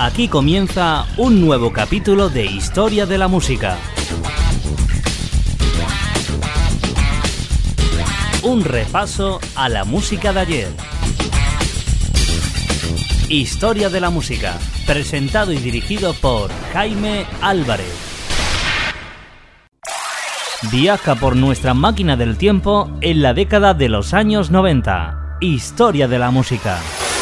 Aquí comienza un nuevo capítulo de Historia de la Música. Un repaso a la música de ayer. Historia de la Música, presentado y dirigido por Jaime Álvarez. Viaja por nuestra máquina del tiempo en la década de los años 90. Historia de la Música.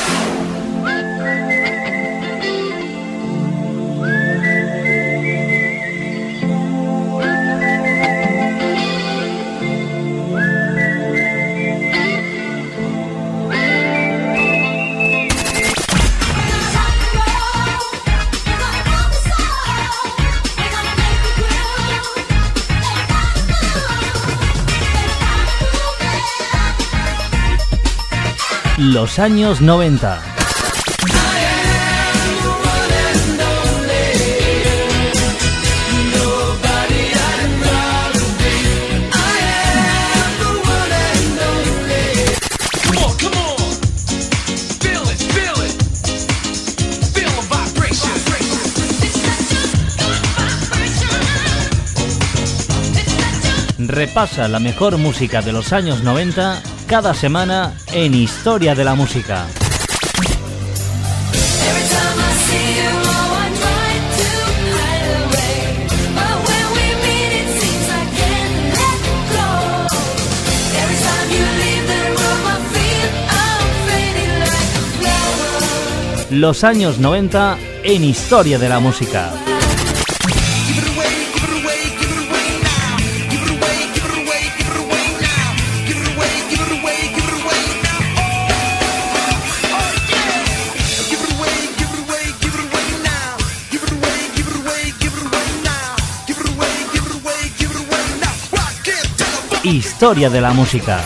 Los años 90. Repasa la mejor música de los años 90 cada semana en Historia de la Música. Los años 90 en Historia de la Música. Historia de la Música.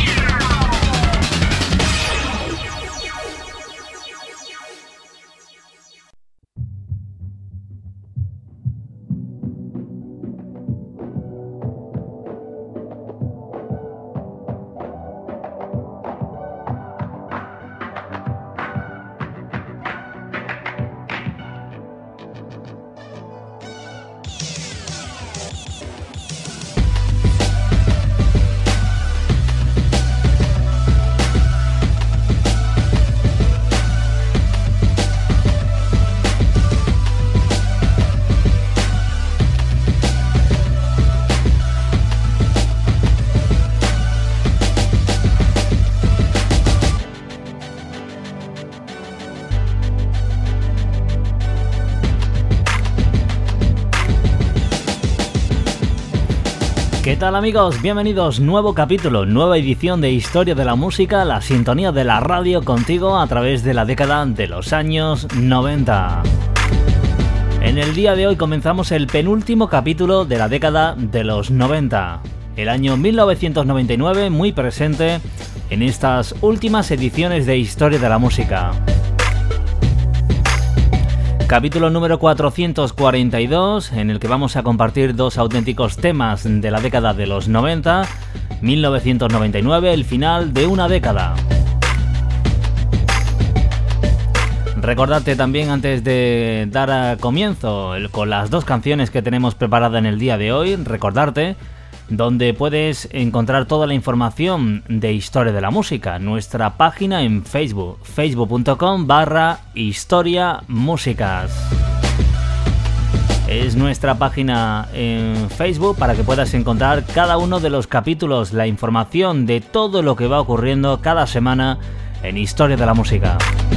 ¿Qué tal, amigos? Bienvenidos, nuevo capítulo, nueva edición de Historia de la Música, la sintonía de la radio contigo a través de la década de los años 90. En el día de hoy comenzamos el penúltimo capítulo de la década de los 90. El año 1999 muy presente en estas últimas ediciones de Historia de la Música. Capítulo número 442, en el que vamos a compartir dos auténticos temas de la década de los 90, 1999, el final de una década. Recordarte también, antes de dar a comienzo con las dos canciones que tenemos preparadas en el día de hoy, recordarte donde puedes encontrar toda la información de Historia de la Música, nuestra página en Facebook, facebook.com/historiamúsicas. Es nuestra página en Facebook para que puedas encontrar cada uno de los capítulos, la información de todo lo que va ocurriendo cada semana en Historia de la Música.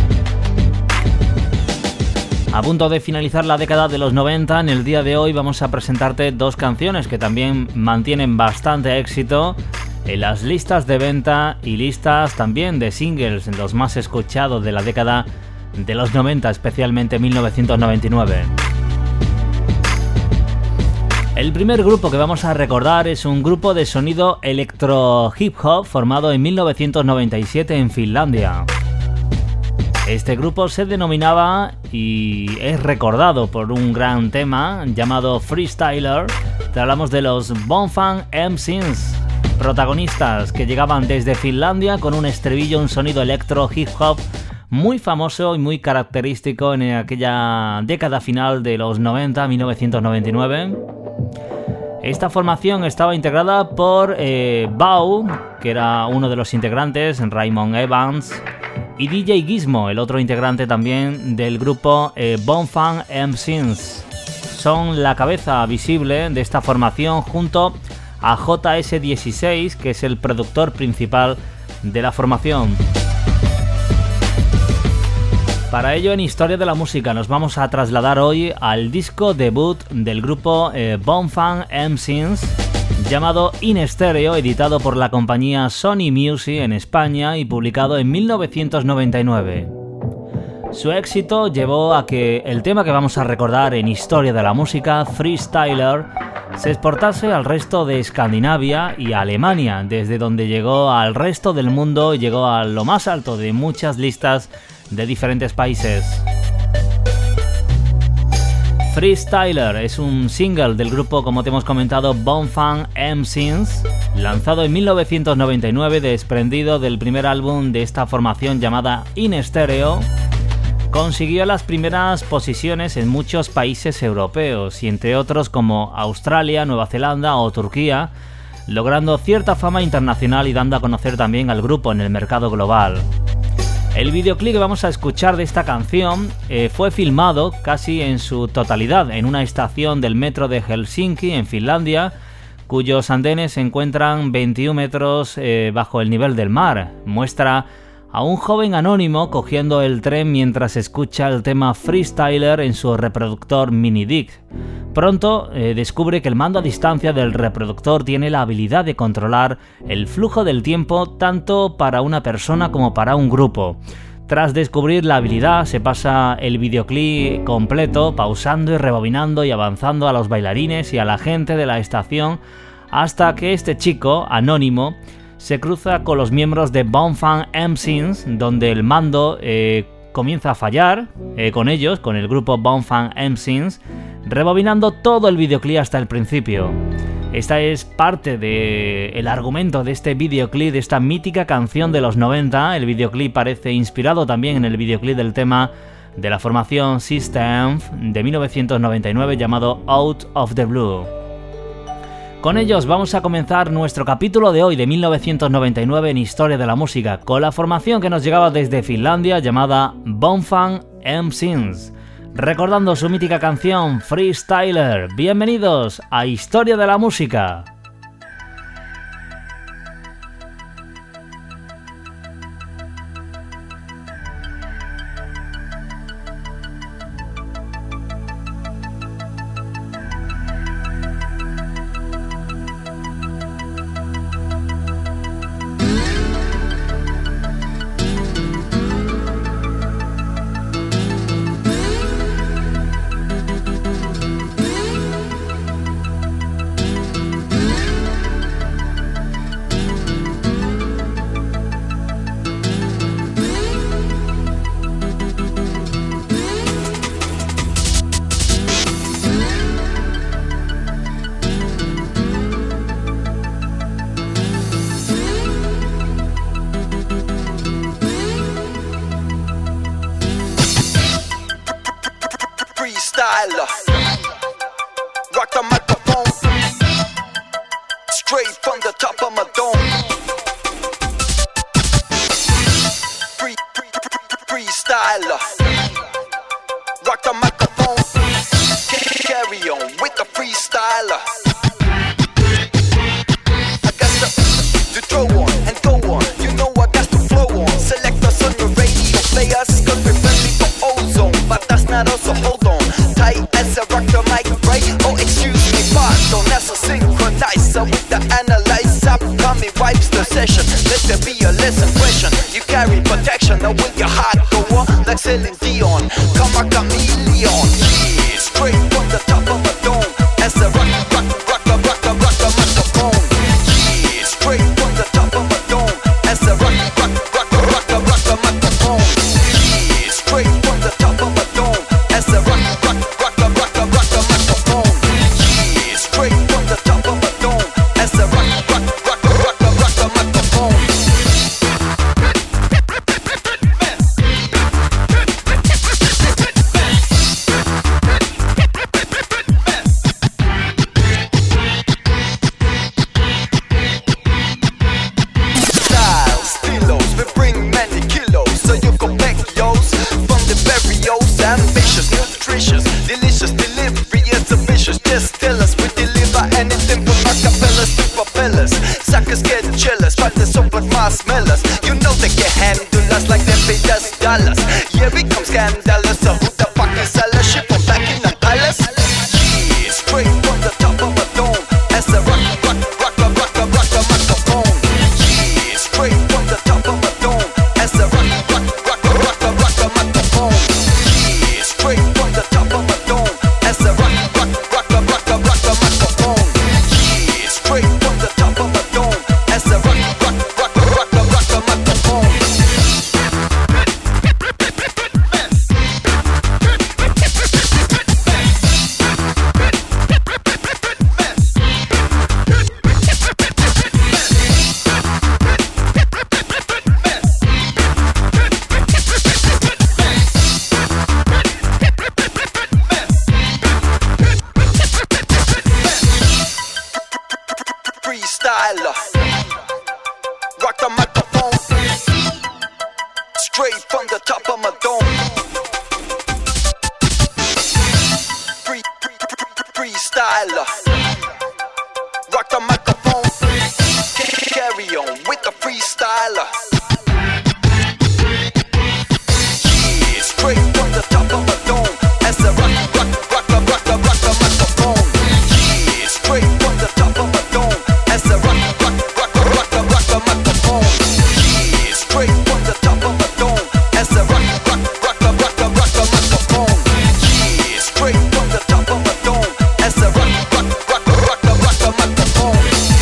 A punto de finalizar la década de los 90, en el día de hoy vamos a presentarte dos canciones que también mantienen bastante éxito en las listas de venta y listas también de singles, los más escuchados de la década de los 90, especialmente 1999. El primer grupo que vamos a recordar es un grupo de sonido electro hip hop formado en 1997 en Finlandia. Este grupo se denominaba y es recordado por un gran tema llamado Freestyler. Te hablamos de los Bonfan MCs, protagonistas que llegaban desde Finlandia con un estribillo, un sonido electro hip hop muy famoso y muy característico en aquella década final de los 90, 1999. Esta formación estaba integrada por Bau, que era uno de los integrantes, Raymond Evans, y DJ Gizmo, el otro integrante también del grupo Bonfunk MCs. Son la cabeza visible de esta formación junto a JS16, que es el productor principal de la formación. Para ello, en Historia de la Música nos vamos a trasladar hoy al disco debut del grupo Bonfunk MCs, llamado In Stereo, editado por la compañía Sony Music en España y publicado en 1999. Su éxito llevó a que el tema que vamos a recordar en Historia de la Música, Freestyler, se exportase al resto de Escandinavia y a Alemania, desde donde llegó al resto del mundo y llegó a lo más alto de muchas listas de diferentes países. Freestyler es un single del grupo, como te hemos comentado, Bonfunk MCs, lanzado en 1999, desprendido del primer álbum de esta formación llamada In Stereo. Consiguió las primeras posiciones en muchos países europeos y entre otros como Australia, Nueva Zelanda o Turquía, logrando cierta fama internacional y dando a conocer también al grupo en el mercado global. El videoclip que vamos a escuchar de esta canción fue filmado casi en su totalidad en una estación del metro de Helsinki, en Finlandia, cuyos andenes se encuentran 21 metros bajo el nivel del mar. Muestra a un joven anónimo cogiendo el tren mientras escucha el tema Freestyler en su reproductor Mini DIC. Pronto descubre que el mando a distancia del reproductor tiene la habilidad de controlar el flujo del tiempo tanto para una persona como para un grupo. Tras descubrir la habilidad, se pasa el videoclip completo pausando y rebobinando y avanzando a los bailarines y a la gente de la estación hasta que este chico anónimo se cruza con los miembros de Bonfunk MCs, donde el mando comienza a fallar con ellos, con el grupo Bonfunk MCs, rebobinando todo el videoclip hasta el principio. Esta es parte del argumento de este videoclip, de esta mítica canción de los 90. El videoclip parece inspirado también en el videoclip del tema de la formación System de 1999 llamado Out of the Blue. Con ellos vamos a comenzar nuestro capítulo de hoy de 1999 en Historia de la Música, con la formación que nos llegaba desde Finlandia llamada Bonfunk MCs, recordando su mítica canción Freestyler. Bienvenidos a Historia de la Música. Rock the microphone straight from the top of my dome. Freestyler. Rock the microphone. Carry on with the freestyler. I got to throw on and go on. You know I got to flow on. Select us on your radio players. Cause we're friendly for ozone. But that's not us, so hold on. Tight as I rock the mic, right? Oh, excuse me, pardon. That's a synchronizer with the analyzer. Tommy wipes the session. Let there be a less impression. You carry protection. Now will your heart go on like Celine Dion? Come a chameleon. Yeah, straight from the top of my dome. As I rock the microphone. Yeah, straight from the top of my dome. As I rock the microphone. Yeah, straight from the top of my dome. As I rock the microphone. Yeah, straight from the top of my dome. As I rock the microphone. find us up like marshmallows. You know they can handle us like them paid us dollars. Yeah, we come scandalous. So who the fuck is a ship from back in the palace? Yeah, straight from the top of a dome. As a rock a microphone. Yeah, straight from the top of a dome. As a rock a microphone. Yeah, straight from the top of a dome. As a rock a microphone. Yeah, straight from the top of a dome. As a rock a microphone. Freestyler, rock the microphone, straight from the top of my dome. Freestyler, rock the microphone, carry on with the freestyler. Yeah, straight from the top of my dome, as a rock the microphone. Yeah, straight from the top of my dome. As a rock a microphone. Yeah, straight from the top of a dome. As a rock a microphone. Yeah, straight from the top of a dome. As a rock a microphone.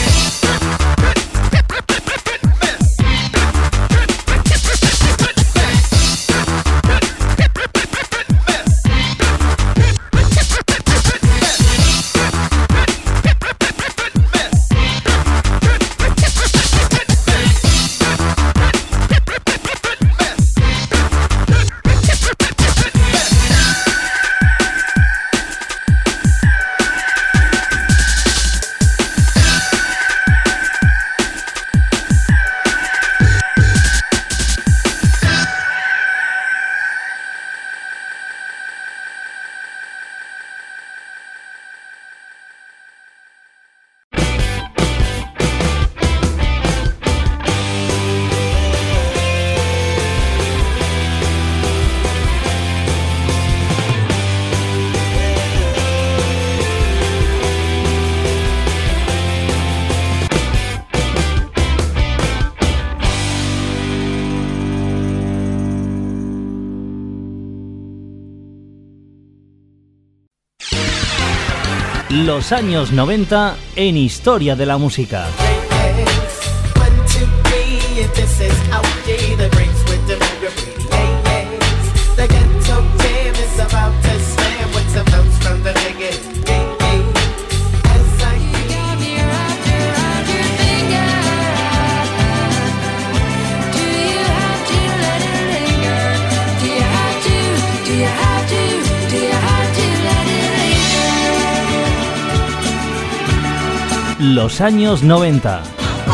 Los años 90 en Historia de la Música. Los años 90.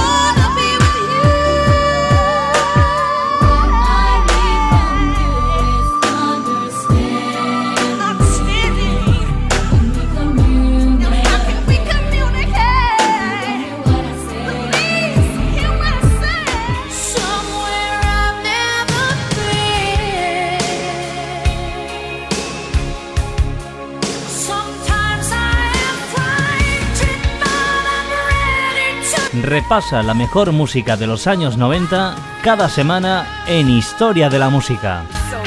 Repasa la mejor música de los años 90 cada semana en Historia de la Música.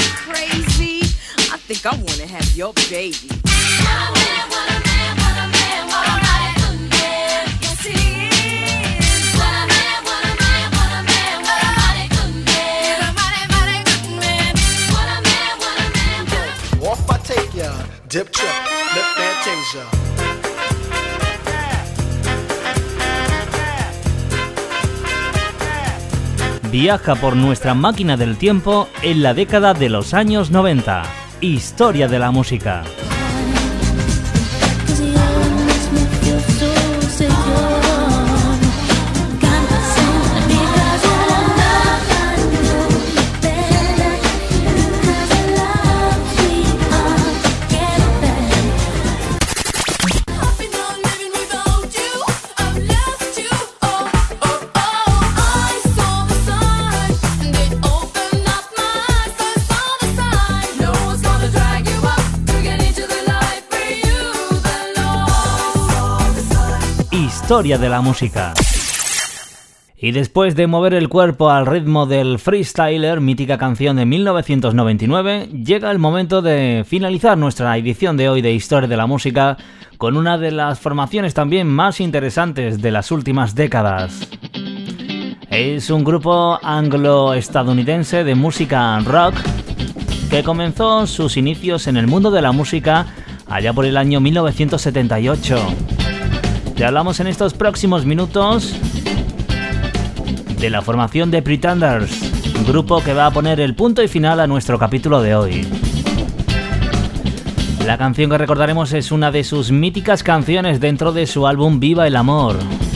Viaja por nuestra máquina del tiempo en la década de los años 90. Historia de la música. historia de la música. Y después de mover el cuerpo al ritmo del Freestyler, mítica canción de 1999, llega el momento de finalizar nuestra edición de hoy de Historia de la Música con una de las formaciones también más interesantes de las últimas décadas. Es un grupo anglo-estadounidense de música rock que comenzó sus inicios en el mundo de la música allá por el año 1978. Te hablamos en estos próximos minutos de la formación de Pretenders, un grupo que va a poner el punto y final a nuestro capítulo de hoy. La canción que recordaremos es una de sus míticas canciones dentro de su álbum Viva el Amor.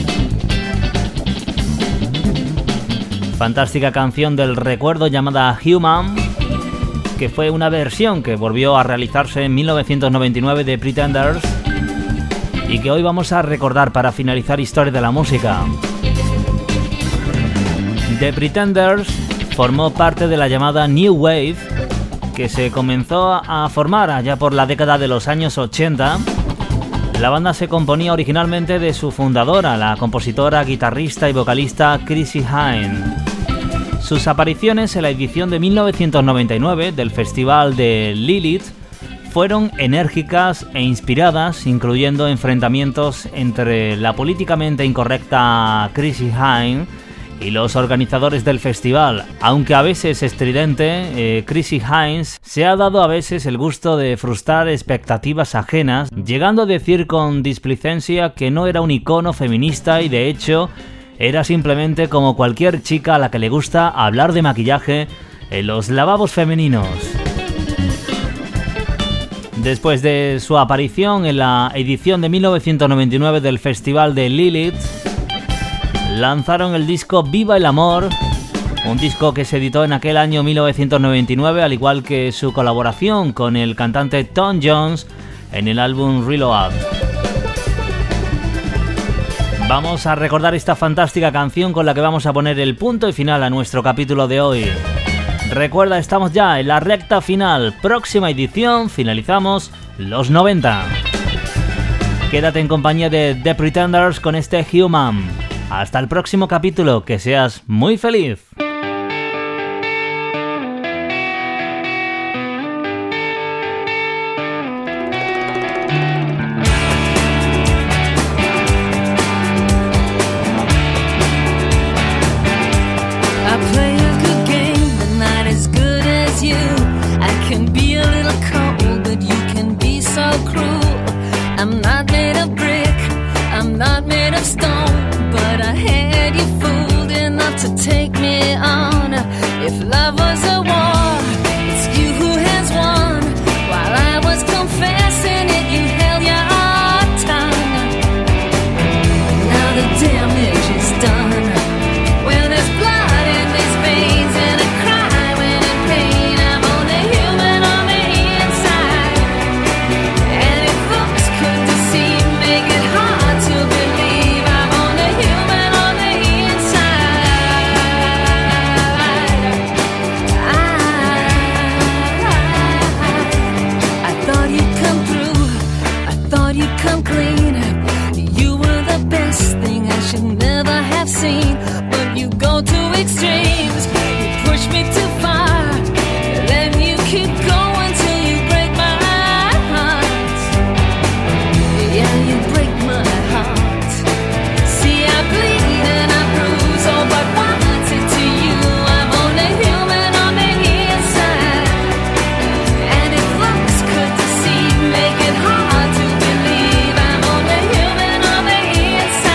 Fantástica canción del recuerdo llamada Human, que fue una versión que volvió a realizarse en 1999 de Pretenders y que hoy vamos a recordar para finalizar Historia de la Música. The Pretenders formó parte de la llamada New Wave, que se comenzó a formar allá por la década de los años 80. La banda se componía originalmente de su fundadora, la compositora, guitarrista y vocalista Chrissie Hynde. Sus apariciones en la edición de 1999 del Festival de Lilith fueron enérgicas e inspiradas, incluyendo enfrentamientos entre la políticamente incorrecta Chrissie Hynde y los organizadores del festival. Aunque a veces estridente, Chrissie Hynde se ha dado a veces el gusto de frustrar expectativas ajenas, llegando a decir con displicencia que no era un icono feminista y de hecho era simplemente como cualquier chica a la que le gusta hablar de maquillaje en los lavabos femeninos. Después de su aparición en la edición de 1999 del Festival de Lilith, lanzaron el disco Viva el Amor, un disco que se editó en aquel año 1999, al igual que su colaboración con el cantante Tom Jones en el álbum Reload. Vamos a recordar esta fantástica canción con la que vamos a poner el punto y final a nuestro capítulo de hoy. Recuerda, estamos ya en la recta final. Próxima edición, finalizamos los 90. Quédate en compañía de The Pretenders con este Human. Hasta el próximo capítulo, que seas muy feliz.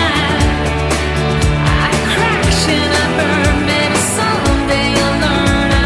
Someday you'll learn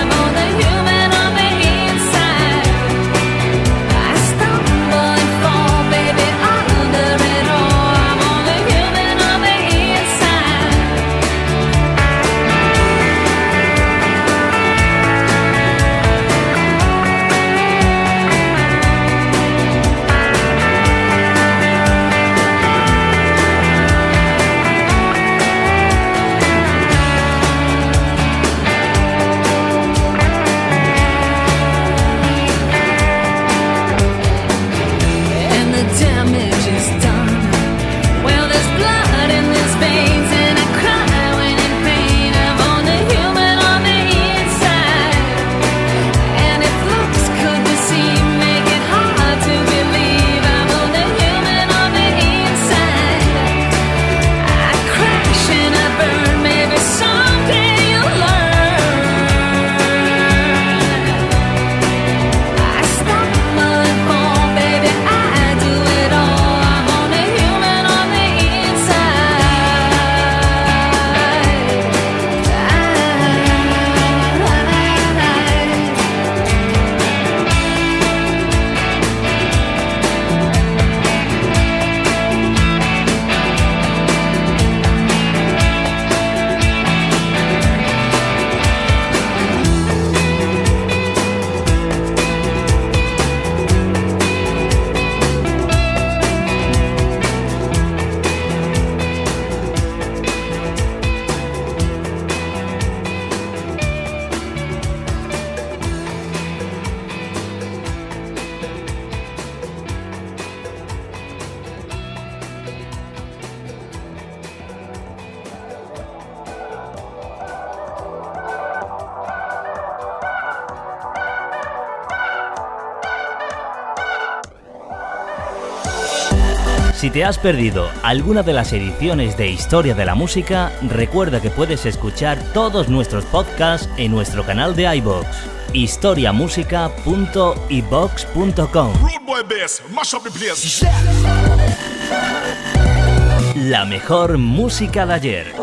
Si te has perdido alguna de las ediciones de Historia de la Música, recuerda que puedes escuchar todos nuestros podcasts en nuestro canal de iVoox, historiamusica.ivox.com. La mejor música de ayer.